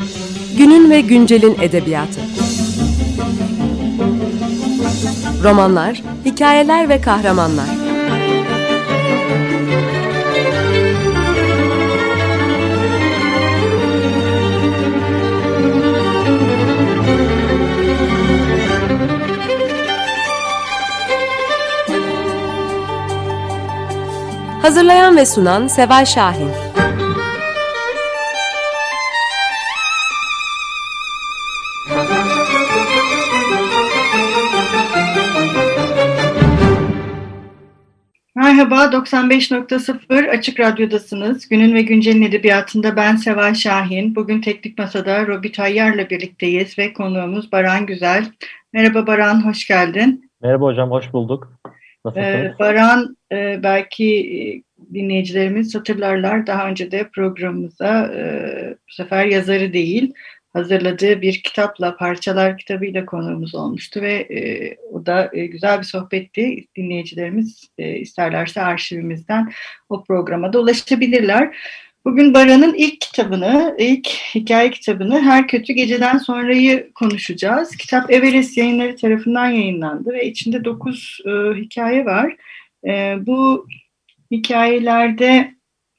Günün ve güncelin edebiyatı. Romanlar, hikayeler ve kahramanlar. Hazırlayan ve sunan Seval Şahin. Merhaba, 95.0 Açık Radyo'dasınız. Günün ve Güncel'in edebiyatında ben Seval Şahin. Bugün Teknik Masa'da Robi Tayyar'la birlikteyiz ve konuğumuz Baran Güzel. Merhaba Baran, hoş geldin. Merhaba hocam, hoş bulduk. Nasılsınız? Baran, belki dinleyicilerimiz hatırlarlar. Daha önce de programımıza bu sefer yazarı değil, hazırladığı bir kitapla, Parçalar kitabıyla konuğumuz olmuştu ve o da güzel bir sohbetti. Dinleyicilerimiz isterlerse arşivimizden o programa da ulaşabilirler. Bugün Baran'ın ilk kitabını, ilk hikaye kitabını Her Kötü Geceden Sonra'yı konuşacağız. Kitap Everest Yayınları tarafından yayınlandı ve içinde 9 hikaye var. Bu hikayelerde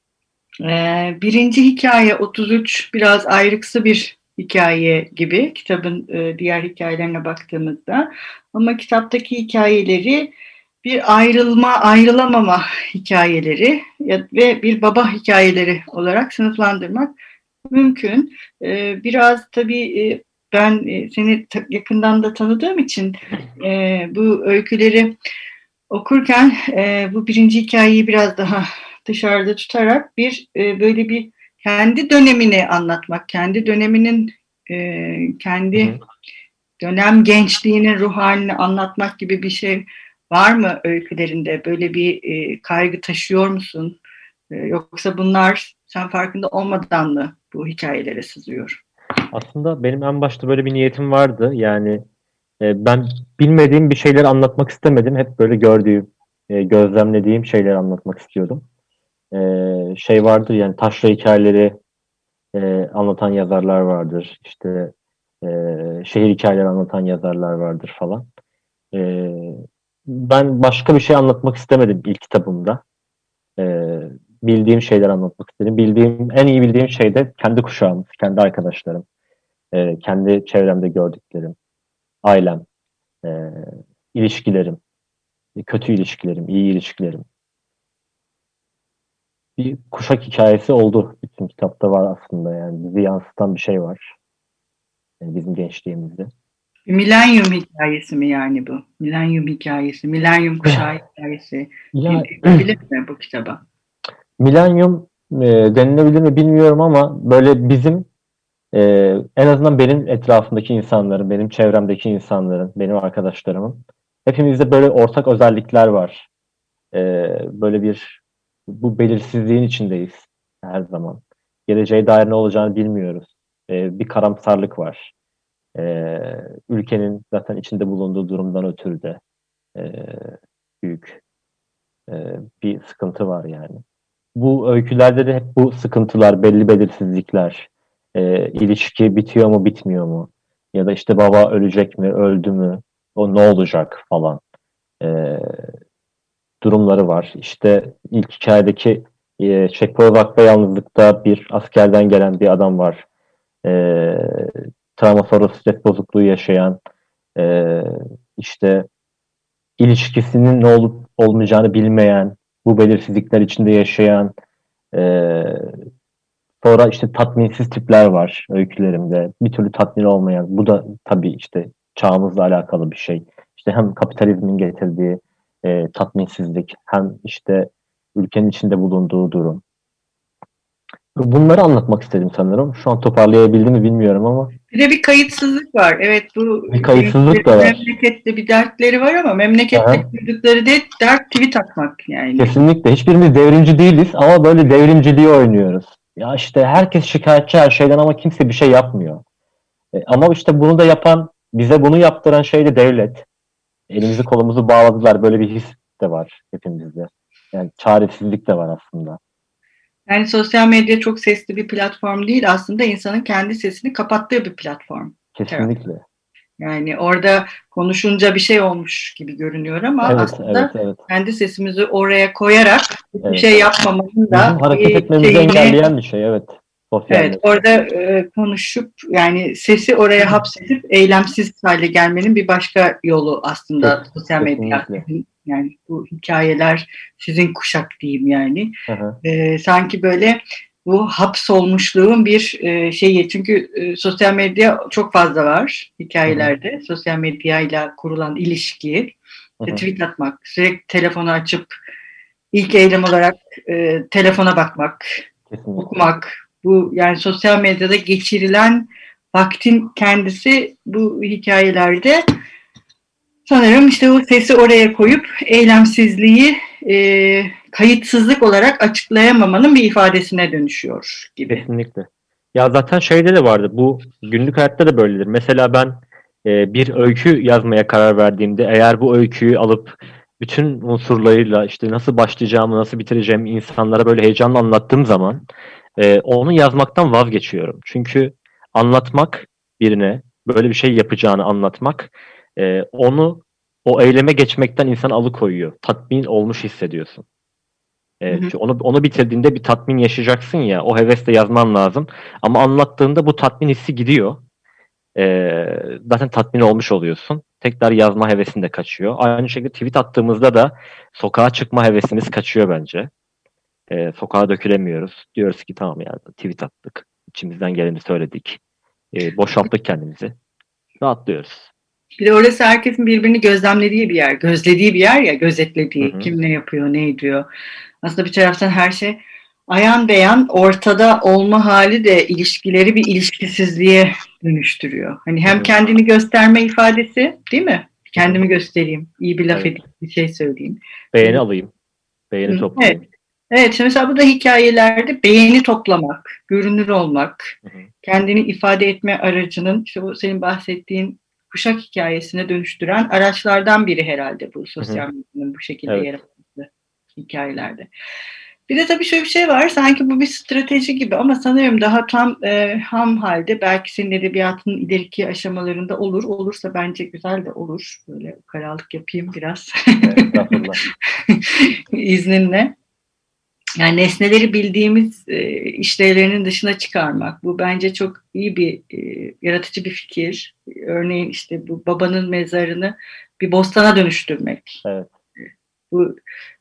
birinci hikaye 33 biraz ayrıksı bir hikaye gibi kitabın diğer hikayelerine baktığımızda. Ama kitaptaki hikayeleri bir ayrılamama hikayeleri ve bir baba hikayeleri olarak sınıflandırmak mümkün. Biraz tabii ben seni yakından da tanıdığım için bu öyküleri okurken bu birinci hikayeyi biraz daha dışarıda tutarak böyle bir kendi dönemini anlatmak, kendi döneminin kendi dönem gençliğinin ruh halini anlatmak gibi bir şey var mı öykülerinde? Böyle bir kaygı taşıyor musun? Yoksa bunlar sen farkında olmadan mı bu hikayelere sızıyor? Aslında benim en başta böyle bir niyetim vardı. Yani ben bilmediğim bir şeyler anlatmak istemedim. Hep böyle gördüğüm, gözlemlediğim şeyleri anlatmak istiyordum. Şey vardır yani taşra hikayeleri anlatan yazarlar vardır. İşte şehir hikayeleri anlatan yazarlar vardır falan. E, Ben başka bir şey anlatmak istemedim ilk kitabımda. Bildiğim şeyler anlatmak istedim. En iyi bildiğim şey de kendi kuşağım, kendi arkadaşlarım, kendi çevremde gördüklerim, ailem, e, ilişkilerim, kötü ilişkilerim, iyi ilişkilerim. Bir kuşak hikayesi oldu. Bütün kitapta var aslında yani bizi yansıtan bir şey var. Yani bizim gençliğimizde. Milenyum hikayesi mi yani bu? Milenyum hikayesi, milenyum kuşağı hikayesi. Ya, Bilir mi bu kitaba? Milenyum denilebilir mi bilmiyorum ama böyle bizim en azından benim etrafımdaki insanların, benim çevremdeki insanların, benim arkadaşlarımın hepimizde böyle ortak özellikler var. Böyle bu belirsizliğin içindeyiz her zaman. Geleceğe dair ne olacağını bilmiyoruz. Bir karamsarlık var. Ülkenin zaten içinde bulunduğu durumdan ötürü de büyük bir sıkıntı var yani. Bu öykülerde de hep bu sıkıntılar, belli belirsizlikler, ilişki bitiyor mu, bitmiyor mu? Ya da işte baba ölecek mi, öldü mü? O ne olacak falan. E, Durumları var. İşte ilk hikayedeki Çekpozak ve Yalnızlık'ta bir askerden gelen bir adam var. E, Travma sonrası stres bozukluğu yaşayan, e, işte ilişkisinin ne olup olmayacağını bilmeyen, bu belirsizlikler içinde yaşayan, e, sonra işte tatminsiz tipler var öykülerimde. Bir türlü tatmin olmayan. Bu da tabii işte çağımızla alakalı bir şey. İşte hem kapitalizmin getirdiği tatminsizlik hem işte ülkenin içinde bulunduğu durum. Bunları anlatmak istedim sanırım. Şu an toparlayabildim mi bilmiyorum ama. Bir de bir kayıtsızlık var. Evet, bu Bir kayıtsızlık da var. memlekette bir dertleri var ama memlekette kurdukları dert tweet atmak yani. Kesinlikle. Hiçbirimiz devrimci değiliz ama böyle devrimciliği oynuyoruz. Ya işte herkes şikayetçi her şeyden ama kimse bir şey yapmıyor. Ama işte bunu da bize bunu yaptıran şey de devlet. Elimizi kolumuzu bağladılar. Böyle bir his de var hepimizde. Yani çaresizlik de var aslında. Yani sosyal medya çok sesli bir platform değil, aslında insanın kendi sesini kapattığı bir platform. Kesinlikle. Yani orada konuşunca bir şey olmuş gibi görünüyor ama Evet, aslında evet. kendi sesimizi oraya koyarak bir Evet. şey yapmamanın da Bizim hareket bir etmemizi engelleyen bir şey, evet. Sosyal evet, medya. orada konuşup yani sesi oraya hapsedip eylemsiz hale gelmenin bir başka yolu aslında sosyal medya. Kesinlikle. Yani bu hikayeler sizin kuşak diyeyim yani. Hı hı. Sanki böyle bu hapsolmuşluğun bir şeyi. Çünkü sosyal medya çok fazla var hikayelerde. Sosyal medyayla kurulan ilişki. Hı İşte hı. tweet atmak, sürekli telefonu açıp ilk eylem olarak telefona bakmak, Kesinlikle. okumak. Bu yani sosyal medyada geçirilen vaktin kendisi bu hikayelerde sanırım işte o sesi oraya koyup eylemsizliği kayıtsızlık olarak açıklayamamanın bir ifadesine dönüşüyor gibi. Kesinlikle. Ya zaten şeyde de vardı. Bu günlük hayatta da böyledir. Mesela ben bir öykü yazmaya karar verdiğimde eğer bu öyküyü alıp bütün unsurlarıyla işte nasıl başlayacağımı, nasıl bitireceğimi insanlara böyle heyecanla anlattığım zaman onu yazmaktan vazgeçiyorum. Çünkü anlatmak birine böyle bir şey yapacağını anlatmak onu o eyleme geçmekten insan alıkoyuyor. Tatmin olmuş hissediyorsun. Hı hı. Çünkü onu bitirdiğinde bir tatmin yaşayacaksın ya, o hevesle yazman lazım. Ama anlattığında bu tatmin hissi gidiyor. Zaten tatmin olmuş oluyorsun. Tekrar yazma hevesin de kaçıyor. Aynı şekilde tweet attığımızda da sokağa çıkma hevesimiz kaçıyor bence. Sokağa dökülemiyoruz. Diyoruz ki tamam ya, tweet attık. İçimizden geleni söyledik. Boşalttık kendimizi. Rahatlıyoruz. Bir de orası herkesin birbirini gözlemlediği bir yer, gözlediği bir yer ya, Hı gözetlediği, hı. kim ne yapıyor, ne ediyor. Aslında bir taraftan her şey ayan beyan ortada olma hali de ilişkileri bir ilişkisizliğe dönüştürüyor. Hani Hı hem hı. kendini gösterme ifadesi, değil mi? Hı hı. Kendimi göstereyim, iyi bir laf Evet. edeyim, bir şey söyleyeyim. Beğeni alayım. Beğeni Evet. toplayayım. Evet, şimdi mesela bu da hikayelerde beğeni toplamak, görünür olmak, Hı hı. kendini ifade etme aracının işte bu senin bahsettiğin kuşak hikayesine dönüştüren araçlardan biri herhalde bu Hı hı. sosyal medyanın bu şekilde Evet. yer alması hikayelerde. Bir de tabii şöyle bir şey var, sanki bu bir strateji gibi ama sanırım daha tam ham halde belki senin edebiyatının ileriki aşamalarında olur. Olursa bence güzel de olur. Böyle ukalalık yapayım biraz. Estağfurullah. İzninle. Yani nesneleri bildiğimiz işlevlerinin dışına çıkarmak. Bu bence çok iyi bir yaratıcı bir fikir. Örneğin işte bu babanın mezarını bir bostana dönüştürmek. Evet. Bu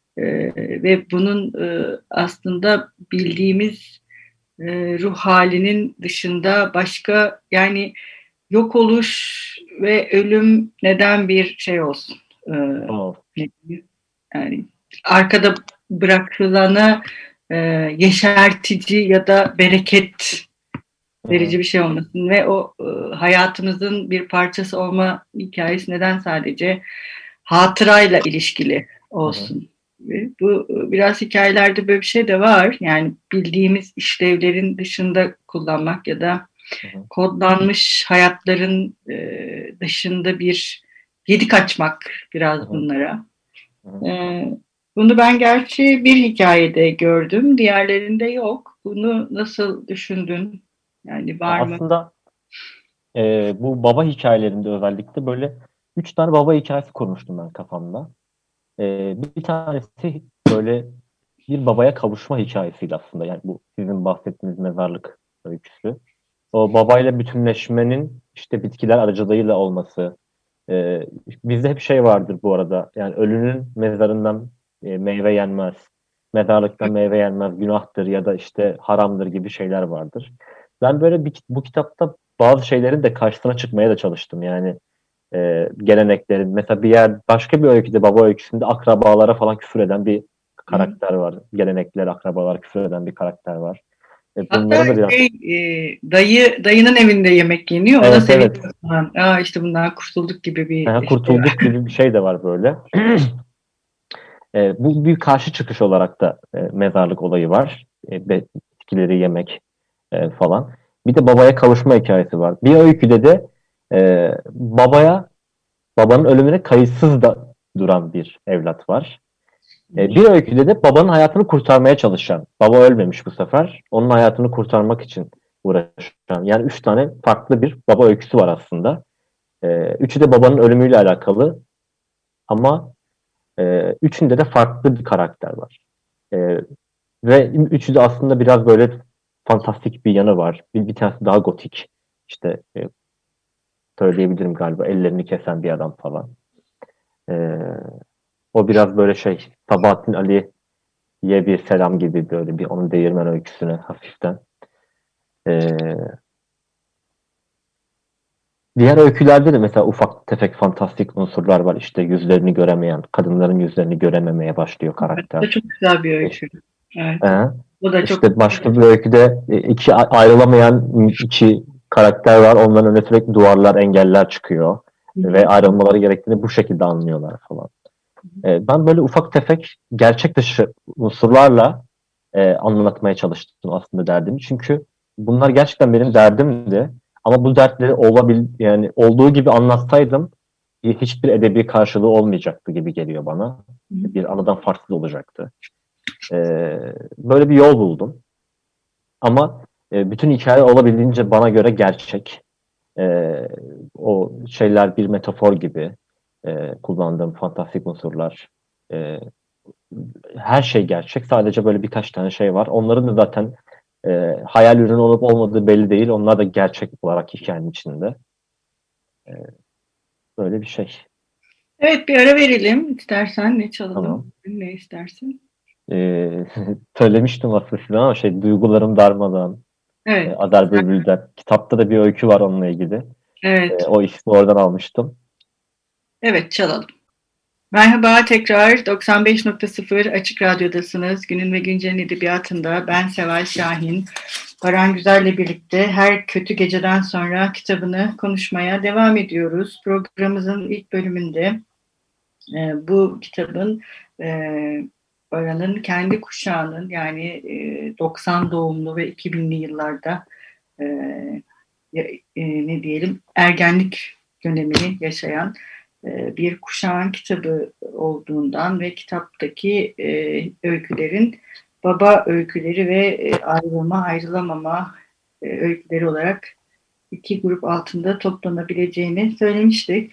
ve bunun aslında bildiğimiz ruh halinin dışında başka yani yok oluş ve ölüm neden bir şey olsun? E, Tamam. Yani arkada bırakılanı e, yeşertici ya da bereket Hı hı. verici bir şey olmasın ve o hayatımızın bir parçası olma hikayesi neden sadece hatırayla ilişkili Hı hı. olsun. Bu biraz hikayelerde böyle bir şey de var. Yani bildiğimiz işlevlerin dışında kullanmak ya da Hı hı. kodlanmış hayatların dışında bir gedik açmak Hı biraz hı. bunlara. Hı hı. Bunu ben gerçi bir hikayede gördüm, diğerlerinde yok. Bunu nasıl düşündün? Yani Ya var mı? aslında bu baba hikayelerinde özellikle böyle 3 tane baba hikayesi kurmuştum ben kafamda. Bir tanesi böyle bir babaya kavuşma hikayesiydi aslında. Yani bu sizin bahsettiğiniz mezarlık öyküsü. O babayla bütünleşmenin işte bitkiler aracılığıyla olması. Ee, Bizde hep şey vardır bu arada. Yani ölünün mezarından meyve yenmez. Mezarlıktan meyve yenmez. Günahtır ya da işte haramdır gibi şeyler vardır. Ben böyle bu kitapta bazı şeylerin de karşısına çıkmaya da çalıştım. Yani geleneklerin. Mesela bir yer başka bir öyküde, baba öyküsünde akrabalara falan küfür eden bir Hı. karakter var. Gelenekler, akrabalara küfür eden bir karakter var. Hatta Bunlara da biraz... dayının evinde yemek yeniyor, ona Evet, evet. seviniyor falan. Aa, işte bundan kurtulduk gibi bir şey var. Kurtulduk gibi bir şey de var böyle. Bu bir karşı çıkış olarak da mezarlık olayı var. Bitkileri yemek falan. Bir de babaya kavuşma hikayesi var. Bir öyküde de babanın ölümüne kayıtsız da duran bir evlat var. Bir öyküde de babanın hayatını kurtarmaya çalışan. Baba ölmemiş bu sefer. Onun hayatını kurtarmak için uğraşan. Yani 3 tane farklı bir baba öyküsü var aslında. Üçü de babanın ölümüyle alakalı. Ama üçünde de farklı bir karakter var. Ve üçü de aslında biraz böyle fantastik bir yanı var. Bir tanesi daha gotik. İşte söyleyebilirim galiba. Ellerini kesen bir adam falan. O biraz böyle Sabahattin Ali'ye bir selam gibi, böyle bir onun değirmen öyküsüne hafiften. Diğer öykülerde de mesela ufak tefek fantastik unsurlar var. İşte yüzlerini göremeyen, kadınların yüzlerini görememeye başlıyor Bu da karakter. çok güzel bir öykü. Evet. Ee, O da çok işte başka bir öyküde iki ayrılamayan iki karakter var. Onların önüne sürekli duvarlar, engeller çıkıyor. Ve ayrılmaları gerektiğini bu şekilde anlıyorlar falan. Ben böyle ufak tefek gerçek dışı unsurlarla anlatmaya çalıştım aslında derdimi. Çünkü bunlar gerçekten benim derdimdi. Ama bu dertleri yani olduğu gibi anlatsaydım hiçbir edebi karşılığı olmayacaktı gibi geliyor bana. Bir anadan farksız olacaktı. Böyle bir yol buldum. Ama bütün hikaye olabildiğince bana göre gerçek. O şeyler bir metafor gibi, kullandığım fantastik unsurlar. E, Her şey gerçek. Sadece böyle birkaç tane şey var. Onların da zaten hayal ürünü olup olmadığı belli değil. Onlar da gerçek olarak hikayenin içinde. E, Böyle bir şey. Evet, bir ara verelim. İstersen ne çalalım? Tamam. Ne istersin? Söylemiştim aslında size ama duygularım darmadan. Evet. Ader Bülbül'den. Kitapta da bir öykü var onunla ilgili. Evet. O ismi oradan almıştım. Evet, çalalım. Merhaba, tekrar 95.0 Açık Radyo'dasınız. Günün ve Güncel'in edebiyatında ben Seval Şahin. Baran Güzel'le birlikte her kötü geceden sonra kitabını konuşmaya devam ediyoruz. Programımızın ilk bölümünde bu kitabın Baran'ın kendi kuşağının, yani 90 doğumlu ve 2000'li yıllarda e, ne diyelim, ergenlik dönemini yaşayan bir kuşağın kitabı olduğundan ve kitaptaki öykülerin baba öyküleri ve ayrılma, ayrılamama öyküleri olarak iki grup altında toplanabileceğini söylemiştik.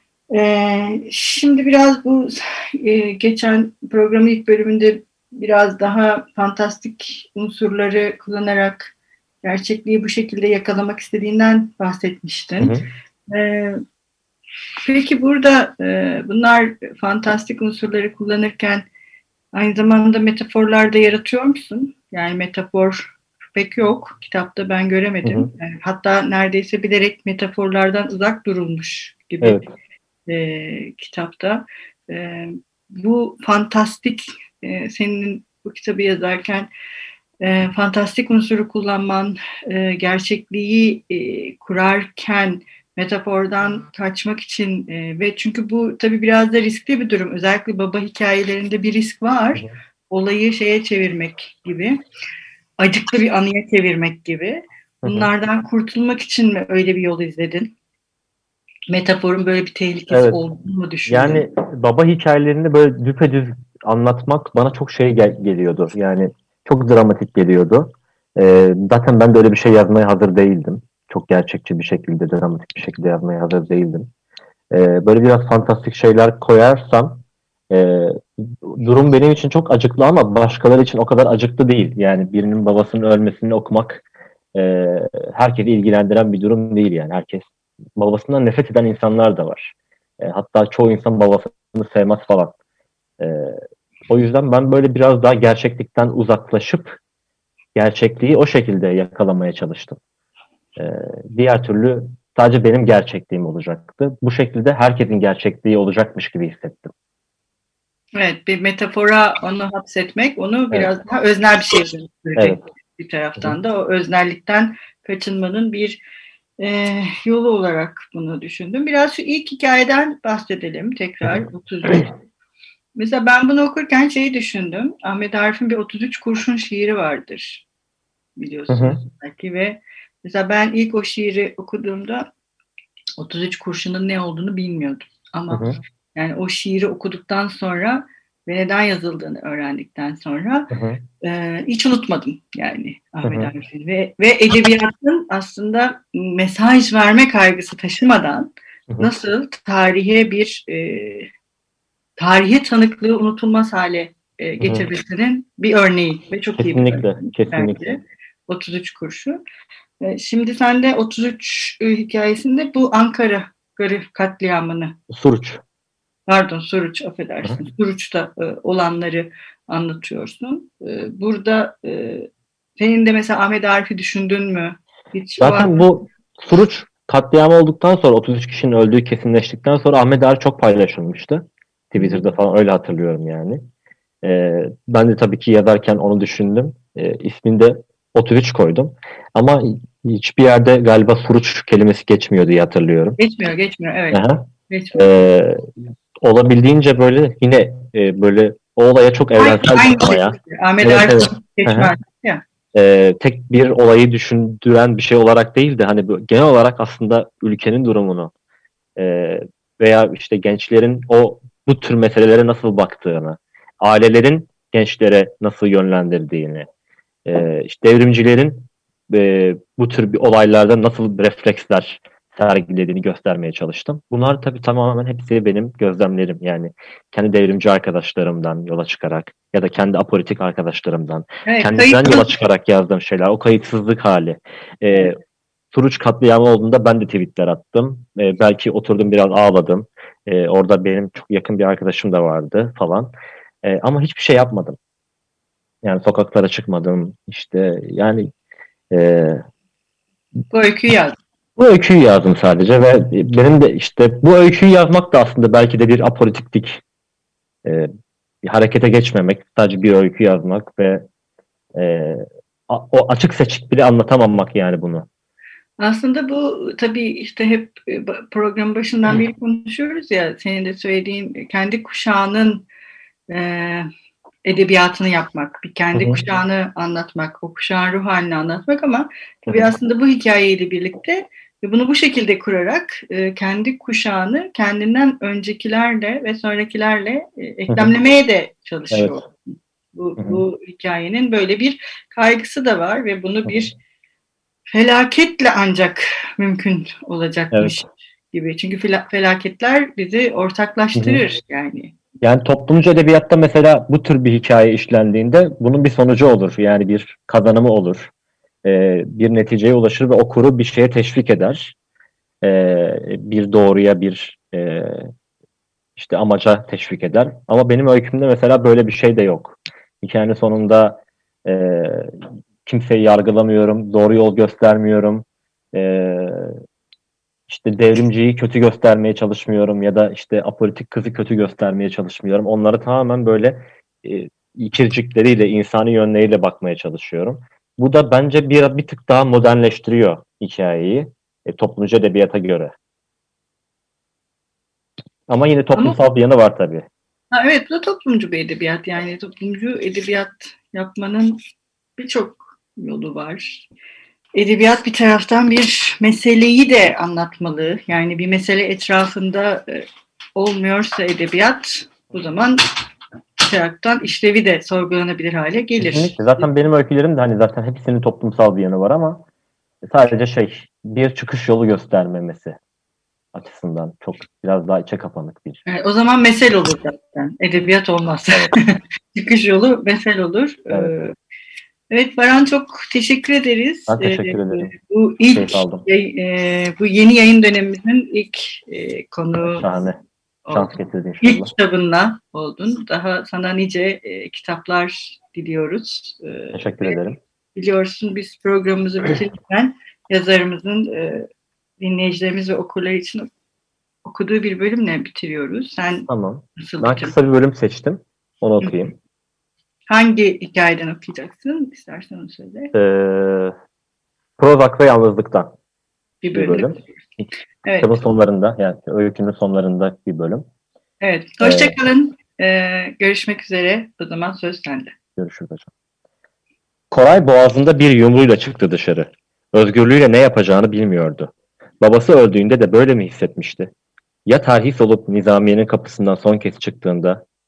Şimdi biraz bu geçen programın ilk bölümünde biraz daha fantastik unsurları kullanarak gerçekliği bu şekilde yakalamak istediğinden bahsetmiştin. Hı hı. Peki burada bunlar fantastik unsurları kullanırken aynı zamanda metaforlar da yaratıyor musun? Yani metafor pek yok. Kitapta ben göremedim. Hı hı. Yani hatta neredeyse bilerek metaforlardan uzak durulmuş gibi Evet. kitapta. Bu fantastik, senin bu kitabı yazarken fantastik unsuru kullanman, gerçekliği kurarken metafordan kaçmak için ve çünkü bu tabii biraz da riskli bir durum. Özellikle baba hikayelerinde bir risk var. Hı hı. Olayı şeye çevirmek gibi, acıklı bir anıya çevirmek gibi. Hı hı. Bunlardan kurtulmak için mi öyle bir yol izledin? Metaforun böyle bir tehlikesi Evet. olduğunu mu düşündün? Yani baba hikayelerini böyle düpedüz anlatmak bana çok geliyordu. Yani çok dramatik geliyordu. Zaten ben de öyle bir şey yazmaya hazır değildim. Çok gerçekçi bir şekilde, dramatik bir şekilde yazmaya hazır değildim. Böyle biraz fantastik şeyler koyarsam e, durum benim için çok acıklı ama başkaları için o kadar acıklı değil. Yani birinin babasının ölmesini okumak e, herkesi ilgilendiren bir durum değil yani. Herkes babasından nefret eden insanlar da var. Hatta çoğu insan babasını sevmez falan. E, O yüzden ben böyle biraz daha gerçeklikten uzaklaşıp gerçekliği o şekilde yakalamaya çalıştım. Diğer türlü sadece benim gerçekliğim olacaktı. Bu şekilde herkesin gerçekliği olacakmış gibi hissettim. Evet, bir metafora onu hapsetmek, onu Evet, biraz daha öznel bir şeye dönüştürecek evet. bir Hı hı. taraftan da o öznellikten kaçınmanın bir yolu olarak bunu düşündüm. Biraz şu ilk hikayeden bahsedelim Hı tekrar, hı. 33. Mesela ben bunu okurken şeyi düşündüm. Ahmet Arif'in bir 33 kurşun şiiri vardır, Hı biliyorsunuz hı. belki, ve mesela ben ilk o şiiri okuduğumda 33 kurşunun ne olduğunu bilmiyordum. Hı Ama hı. yani o şiiri okuduktan sonra ve neden yazıldığını öğrendikten sonra Hı hı. hiç unutmadım yani Ahmet Hı hı. Arif'i ve edebiyatın aslında mesaj verme kaygısı taşımadan Hı hı. nasıl tarihe tanıklığı unutulmaz hale Hı hı. getirmesinin bir örneği ve çok iyi bir Kesinlikle, örneği kesinlikle. bence. 33 kurşun. Şimdi sen de 33 hikayesinde bu Ankara Garı katliamını, Suruç. pardon Suruç, Hı hı. affedersin, Suruç'ta olanları anlatıyorsun. Burada senin de mesela Ahmet Arif'i düşündün mü? Hiç o Zaten bu Suruç katliamı olduktan sonra 33 kişinin öldüğü kesinleştikten sonra Ahmet Ağar çok paylaşılmıştı. Twitter'da falan öyle hatırlıyorum yani. Ben de tabii ki yazarken onu düşündüm. İsmini de 33 koydum. Ama hiçbir yerde galiba Suruç kelimesi geçmiyor diye hatırlıyorum. geçmiyor, evet, Aha. geçmiyor. Ee, Olabildiğince böyle yine böyle o olaya çok evrensel Aynı bakmaya. şekilde. Ahmet Evet, Arif evet. Aha. geçmez ya. Tek bir olayı düşündüren bir şey olarak değil de hani genel olarak aslında ülkenin durumunu e, veya işte gençlerin bu tür meselelere nasıl baktığını, ailelerin gençlere nasıl yönlendirdiğini, işte devrimcilerin bu tür bir olaylarda nasıl refleksler sergilediğini göstermeye çalıştım. Bunlar tabii tamamen hepsi benim gözlemlerim. Yani kendi devrimci arkadaşlarımdan yola çıkarak ya da kendi apolitik arkadaşlarımdan, Evet, kendimden yola çıkarak yazdığım şeyler, o kayıtsızlık hali. evet. Suruç katliamı olduğunda ben de tweetler attım. Belki oturdum biraz ağladım. Orada benim çok yakın bir arkadaşım da vardı falan. Ama hiçbir şey yapmadım. Yani sokaklara çıkmadım. İşte yani e, Bu öyküyü yaz. bu öyküyü yazdım sadece ve benim de işte bu öyküyü yazmak da aslında belki de bir apolitiklik, bir harekete geçmemek, sadece bir öykü yazmak ve e, o açık seçik bile anlatamamak yani bunu. Aslında bu tabii işte hep programın başından beri konuşuyoruz ya, senin de söylediğin kendi kuşağının e, edebiyatını yapmak, bir Hı kendi hı, kuşağını anlatmak, o kuşağın ruh halini anlatmak ama hı tabii hı, aslında bu hikayeyle birlikte bunu bu şekilde kurarak kendi kuşağını kendinden öncekilerle ve sonrakilerle hı hı. eklemlemeye de Evet. çalışıyor. Hı hı, Bu hikayenin böyle bir kaygısı da var ve bunu hı hı. bir felaketle ancak mümkün Evet. olacakmış gibi. Çünkü felaketler bizi Hı hı. ortaklaştırır yani. Yani toplumcu edebiyatta mesela bu tür bir hikaye işlendiğinde bunun bir sonucu olur. Yani bir kazanımı olur. Bir neticeye ulaşır ve okuru bir şeye teşvik eder. Bir doğruya, bir işte amaca teşvik eder. Ama benim öykümde mesela böyle bir şey de yok. Hikayenin sonunda e, kimseyi yargılamıyorum, doğru yol göstermiyorum. E, işte devrimciyi kötü göstermeye çalışmıyorum ya da işte apolitik kızı kötü göstermeye çalışmıyorum. Onları tamamen böyle ikircikleriyle, insani yönleriyle bakmaya çalışıyorum. Bu da bence bir tık daha modernleştiriyor hikayeyi toplumcu edebiyata göre. Ama yine Ama toplumsal bir yanı var tabii. evet, bu da toplumcu bir edebiyat. Yani toplumcu edebiyat yapmanın birçok yolu var. Edebiyat bir taraftan bir meseleyi de anlatmalı. Yani bir mesele etrafında olmuyorsa edebiyat, o zaman bir taraftan işlevi de sorgulanabilir hale gelir. Kesinlikle. Zaten benim öykülerim de hani zaten hepsinin toplumsal bir yanı var ama sadece bir çıkış yolu göstermemesi açısından çok biraz daha içe kapanık bir. O zaman mesel olur zaten. Edebiyat olmaz. Evet, Çıkış yolu mesel olur. evet. Evet Baran, çok teşekkür ederiz. Ben teşekkür ederim. Bu Keyif aldım. bu yeni yayın dönemimizin ilk Evet, konuğu şahane. Şans oldun. getirdi İlk inşallah. kitabınla oldun. Daha sana nice kitaplar diliyoruz. Teşekkür Ve ederim. biliyorsun biz programımızı bitirirken yazarımızın dinleyicilerimiz ve okurlar için okuduğu bir bölümle bitiriyoruz. Sen Tamam. nasıl Ben bitirdin? kısa bir bölüm seçtim. Onu okuyayım. Hangi hikayeden okuyacaksın? İstersen onu söyle. Prozac ve Yalnızlıktan Bir bir bölümde bölüm. bitiriyoruz. Kitabın Evet. sonlarında yani öykünün sonlarında bir bölüm. Evet. Ee, Hoşça kalın. Görüşmek üzere. O zaman söz sende. Görüşürüz hocam. Koray boğazında bir yumruğuyla çıktı dışarı. Özgürlüğüyle ne yapacağını bilmiyordu. Babası öldüğünde de böyle mi hissetmişti? Ya terhis olup Nizamiye'nin kapısından son kez çıktığında,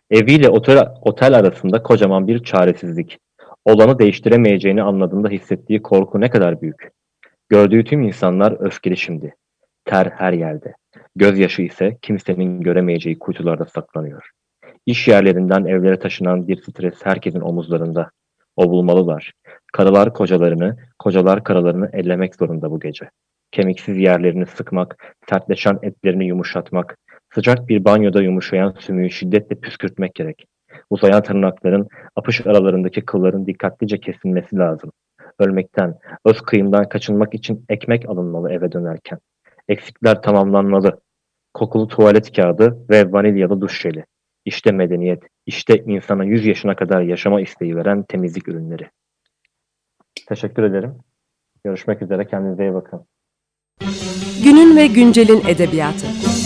Eviyle otel arasında kocaman bir çaresizlik. Olanı değiştiremeyeceğini anladığında hissettiği korku ne kadar büyük. Gördüğü tüm insanlar öfkeli şimdi. Ter her yerde. Gözyaşı ise kimsenin göremeyeceği kuytularda saklanıyor. İş yerlerinden evlere taşınan bir stres herkesin omuzlarında. O bulmalılar. Karılar kocalarını, kocalar karılarını ellemek zorunda bu gece. Kemiksiz yerlerini sıkmak, sertleşen etlerini yumuşatmak, sıcak bir banyoda yumuşayan sümüğü şiddetle püskürtmek gerek. Uzayan tırnakların, apış aralarındaki kılların dikkatlice kesilmesi lazım. Ölmekten, öz kıyımdan kaçınmak için ekmek alınmalı eve dönerken. Eksikler tamamlanmalı. Kokulu tuvalet kağıdı ve vanilyalı duş jeli. İşte medeniyet, işte insana 100 yaşına kadar yaşama isteği veren temizlik ürünleri. Teşekkür ederim. Görüşmek üzere, kendinize iyi bakın. Günün ve güncelin edebiyatı.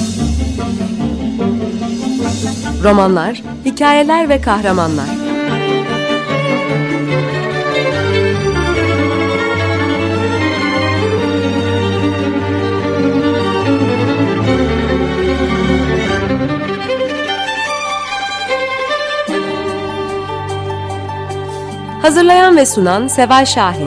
Romanlar, hikayeler ve kahramanlar. Hazırlayan ve sunan Seval Şahin.